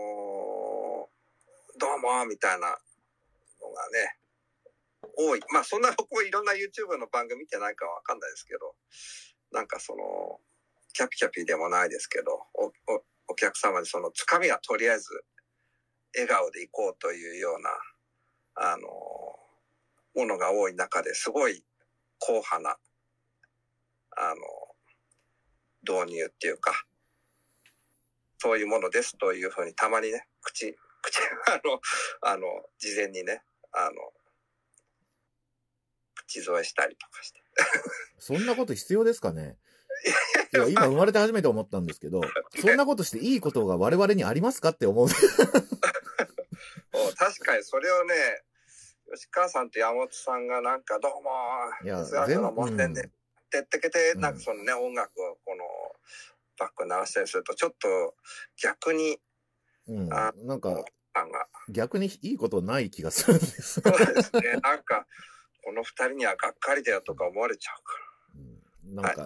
どうもみたいなのがね、多い。まあそんな僕いろんな YouTube の番組見てないかわかんないですけど、なんかキャピキャピでもないですけど、お客様につかみはとりあえず笑顔でいこうというような、ものが多い中ですごい硬派な、導入っていうか、そういうものですというふうにたまにね、事前にね、口添えしたりとかして。 そんなこと必要ですかね？いや、今生まれて初めて思ったんですけど、そんなことしていいことが我々にありますかって思う。 確かにそれをね、吉川さんと山本さんがなんかどうも、哲学の門前で、てってけて、なんか音楽をバック流したりすると、ちょっと逆に、 なんか、逆にいいことない気がするんです。 そうですね。なんか、この二人にはがっかりだよとか思われちゃうから。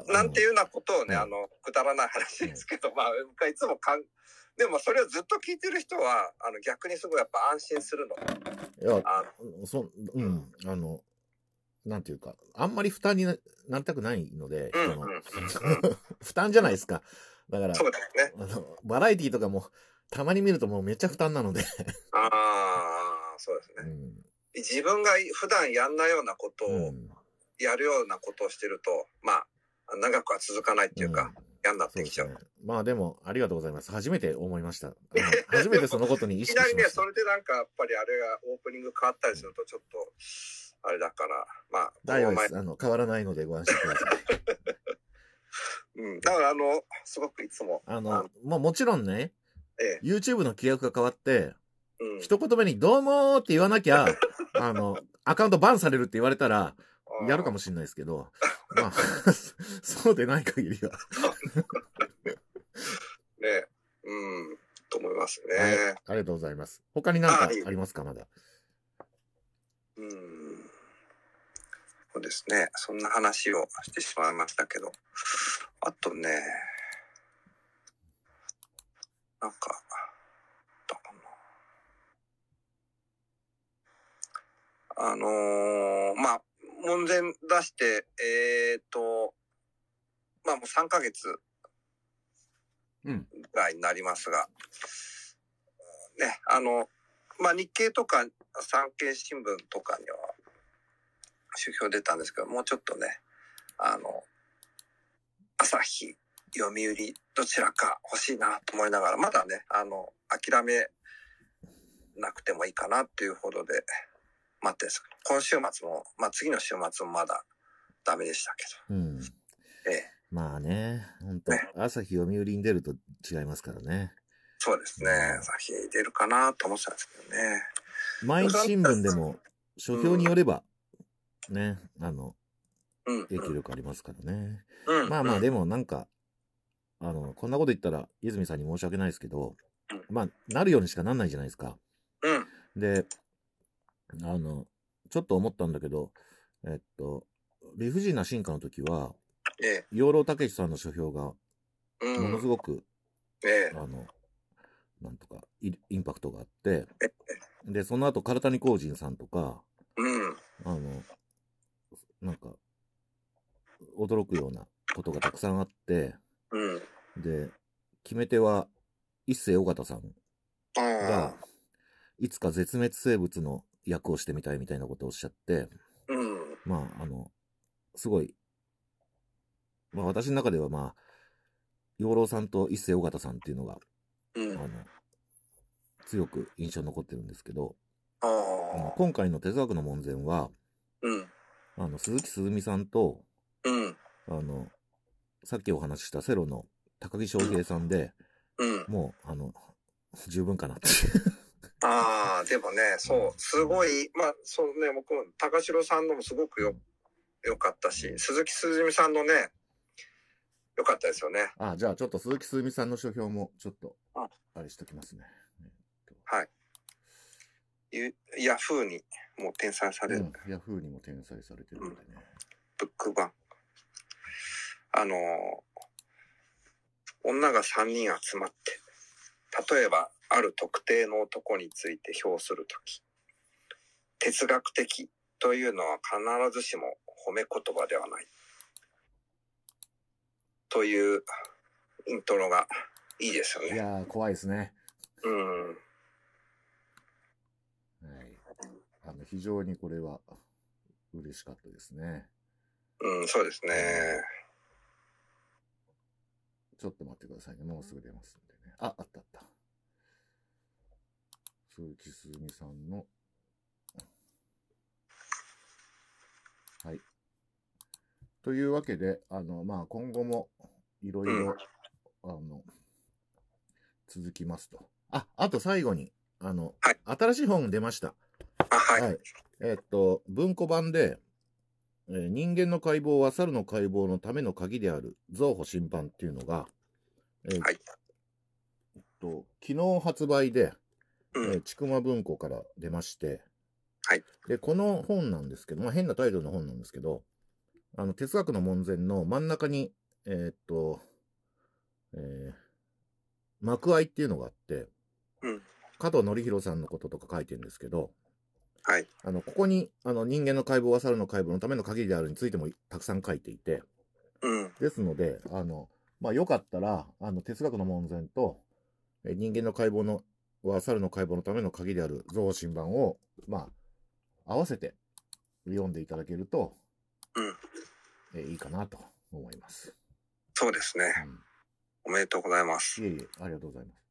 なんていうようなことをね、くだらない話ですけど、まあ、いつもでもそれをずっと聞いてる人は、逆にすごいやっぱ安心するの。 いや、なんていうか、あんまり負担になりたくないので、負担じゃないですか。だから、 そうですね。 バラエティとかも、たまに見るともうめっちゃ負担なので。 そうですね。自分が普段やんないようなことを、やるようなことをしてると、まあ、長くは続かないっていうか、嫌になってきちゃう。 ね、まあでも、ありがとうございます。初めて思いました。初めてそのことに意識しました。 いきなりね、それでなんか、やっぱりあれがオープニング変わったりすると、ちょっと、あれだから、まあ、 大丈夫です。変わらないのでご安心ください。だから、すごくいつも。 もちろんね、YouTube の規約が変わって、一言目にどうもーって言わなきゃ、アカウントバンされるって言われたら、やるかもしれないですけど、まあ、そうでない限りは。 ね、と思いますね。 はい、ありがとうございます。他に何かありますか、まだ。 そうですね。そんな話をしてしまいましたけど。あとね、なんか、まあ、門前出して、まあもう3ヶ月ぐらいになりますが、ね、まあ日経とか産経新聞とかには指標出たんですけど、もうちょっとね、朝日、読売、どちらか欲しいなと思いながら、まだね、諦めなくてもいいかなっていうほどで待ってるんですけど、今週末も、まあ次の週末もまだダメでしたけど。 まあね、本当、ね、朝日読売に出ると違いますからね。 そうですね。朝日出るかなと思ってたんですけどね。 毎日新聞でも、書評によれば、ね、 うん。 影響力ありますからね。 うん。 まあまあ、 うん。 でもなんか、こんなこと言ったら、泉さんに申し訳ないですけど、まあ、なるようにしかなんないじゃないですか。 うん。 で、あの、ちょっと思ったんだけど、えっと、理不尽な進化の時は、 ええ。 養老孟司さんの書評が、 うものすん。 ごく、 ええ。 なんとかインパクトがあって、 えで、その後、唐谷公人さんとか、 うん。 なんか、驚くようなことがたくさんあって、 うん。 で、決め手は、一世尾形さんあが、 あ。 いつか絶滅生物の役をしてみたいみたいなことをおっしゃって、 うん。 まあ、すごい、まあ私の中ではまあ、養老さんと一世尾形さんっていうのが、 うん。 強く印象に残ってるんですけど、 ああ。 今回の哲学の門前は、 うん。 鈴木鈴美さんと、 うん。 さっきお話ししたセロの高木翔平さんで、 うん。 もう、十分かなって。 ああ、でもね、そう、すごい、まあ、そうね、僕も、高城さんのもすごくよかったし、鈴木鈴美さんのね、よかったですよね。 じゃあちょっと鈴木鈴美さんの書評も、ちょっと、 あれしときますね。 はい。ヤフーにも転載される。 ヤフーにも転載されてるんでね。 ブック版。女が3人集まって、例えば、ある特定の男について評するとき、哲学的というのは必ずしも褒め言葉ではない。というイントロがいいですよね。 いやー、怖いですね。はい。非常にこれは嬉しかったですね。 そうですね。 ちょっと待ってくださいね。もうすぐ出ますんでね。あったあった。鈴木鈴美さんの、はい。というわけで、まあ、今後もいろいろ、続きますと。あと最後に、 はい、 新しい本出ました。 はい。 はい。文庫版で、人間の解剖は猿の解剖のための鍵である増補審判っていうのが、 はい。 昨日発売で、 うん。 ちくま文庫から出まして、 はい。 で、この本なんですけど、まあ変なタイトルの本なんですけど、哲学の門前の真ん中に、幕愛っていうのがあって、 うん。 加藤典弘さんのこととか書いてるんですけど、 はい。 ここに、人間の解剖は猿の解剖のための鍵であるについてもたくさん書いていて、 うん。 ですので、まあよかったら、哲学の門前と、人間の解剖のは猿の解剖のための鍵である増進版を、まあ、合わせて読んでいただけると、いいかなと思います。 そうですね。おめでとうございます。 いえいえ、ありがとうございます。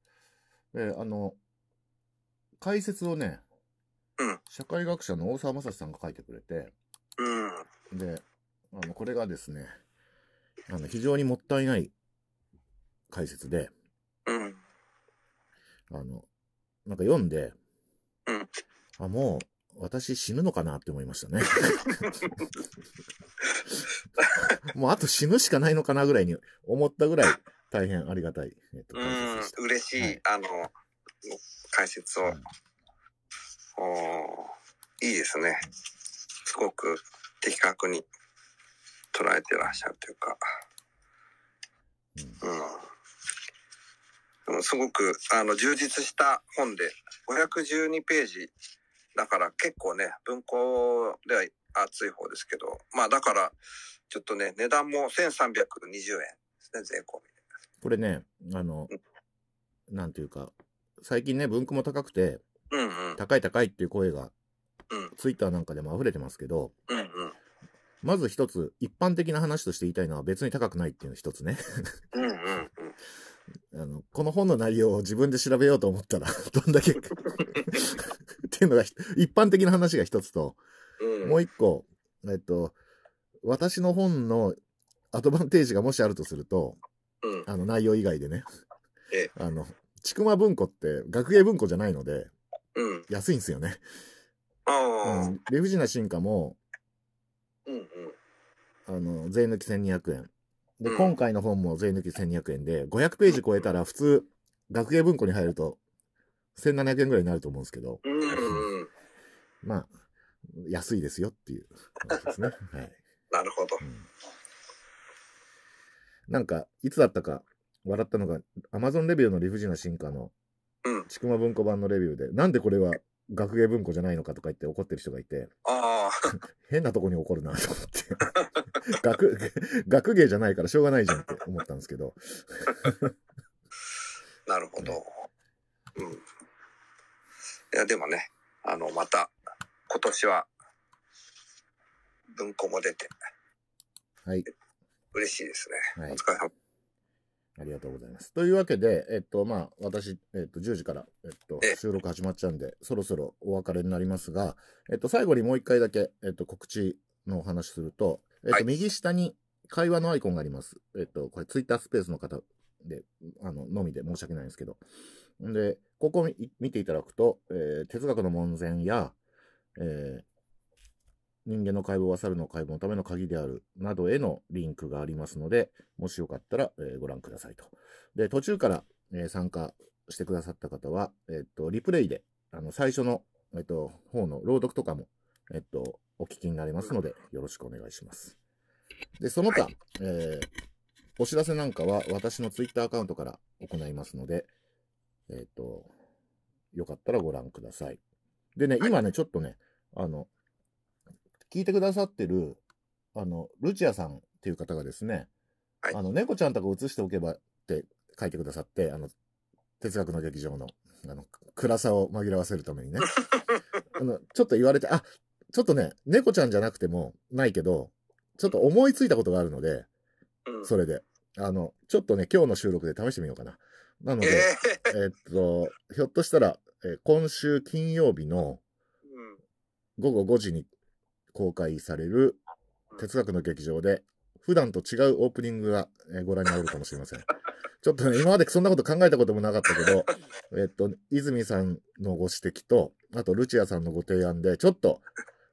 解説をね、社会学者の大沢正史さんが書いてくれて、で、これがですね、非常にもったいない解説で、なんか読んで、もう、私死ぬのかなって思いましたね。もうあと死ぬしかないのかなぐらいに思ったぐらい大変ありがたい、解説でした。 嬉しい、はい、解説を、いいですね。すごく的確に捉えてらっしゃるというか、すごく充実した本で512ページだから結構ね文庫では厚い方ですけど、まあだからちょっとね値段も1320円ですね、税込みで。 これねなんていうか最近ね文庫も高くて、高い高いっていう声が、ツイッターなんかでも溢れてますけど、まず一つ一般的な話として言いたいのは別に高くないっていうの一つね。この本の内容を自分で調べようと思ったらどんだけっていうのが一般的な話が一つと、もう一個私の本のアドバンテージがもしあるとすると、内容以外でね、ちくま文庫って学芸文庫じゃないので、安いんですよね。理不尽な進化も、 税抜き1200円。で、 うん今回の本も税抜き1200円で、500ページ超えたら普通、学芸文庫に入ると、1700円ぐらいになると思うんですけど、 うんうん。 まあ、安いですよっていう話ですね。はい。 なるほど。 なんか、いつだったか笑ったのが、Amazon レビューの理不尽な進化の、 うん。 ちくま文庫版のレビューで、なんでこれは学芸文庫じゃないのかとか言って怒ってる人がいて、 ああ、 変なとこに怒るなと思って。学芸じゃないからしょうがないじゃんって思ったんですけど。 なるほど。うん。いや、でもね、また、今年は、文庫も出て、 はい。 嬉しいですね。 はいお疲れ様。 ありがとうございます。というわけで、まあ、私、10時から、 え収録始まっちゃうんで、そろそろお別れになりますが、最後にもう一回だけ、告知のお話すると、 はい右下に会話のアイコンがあります。これ、ツイッタースペースの方で、のみで申し訳ないんですけど。で、ここを見ていただくと、哲学の門前や、人間の解剖は猿の解剖のための鍵であるなどへのリンクがありますので、もしよかったら、ご覧くださいと。で、途中から、参加してくださった方は、リプレイで、最初の、方の朗読とかも、お聞きになれますので、よろしくお願いします。で、その他、お知らせなんかは私のツイッターアカウントから行いますので、よかったらご覧ください。でね、今ね、ちょっとね、聞いてくださってる、ルチアさんっていう方がですね、 はい猫ちゃんとか映しておけばって書いてくださって、哲学の劇場の、暗さを紛らわせるためにね。ちょっと言われて、ちょっとね、猫ちゃんじゃなくてもないけど、ちょっと思いついたことがあるので、 うん。 それで、ちょっとね、今日の収録で試してみようかな。なので、ひょっとしたら、今週金曜日のうん午後5時に公開される哲学の劇場で、普段と違うオープニングがご覧になれるかもしれません。ちょっとね、今までそんなこと考えたこともなかったけど、泉さんのご指摘と、あとルチアさんのご提案で、ちょっと、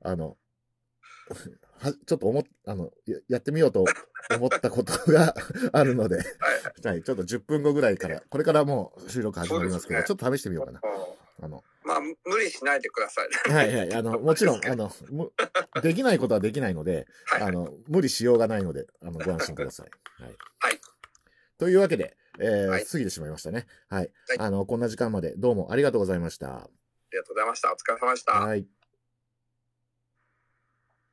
ちょっとやってみようと思ったことがあるので、はい、ちょっと10分後ぐらいから、これからもう収録始まりますけど、ちょっと試してみようかな。 まあ、無理しないでください。 はいはい、もちろん、できないことはできないので、 はい無理しようがないので、ご安心ください。はい。 はい。 というわけで、 はい過ぎてしまいましたね。はい。 はいこんな時間までどうもありがとうございました。 ありがとうございました。お疲れ様でした。 はい。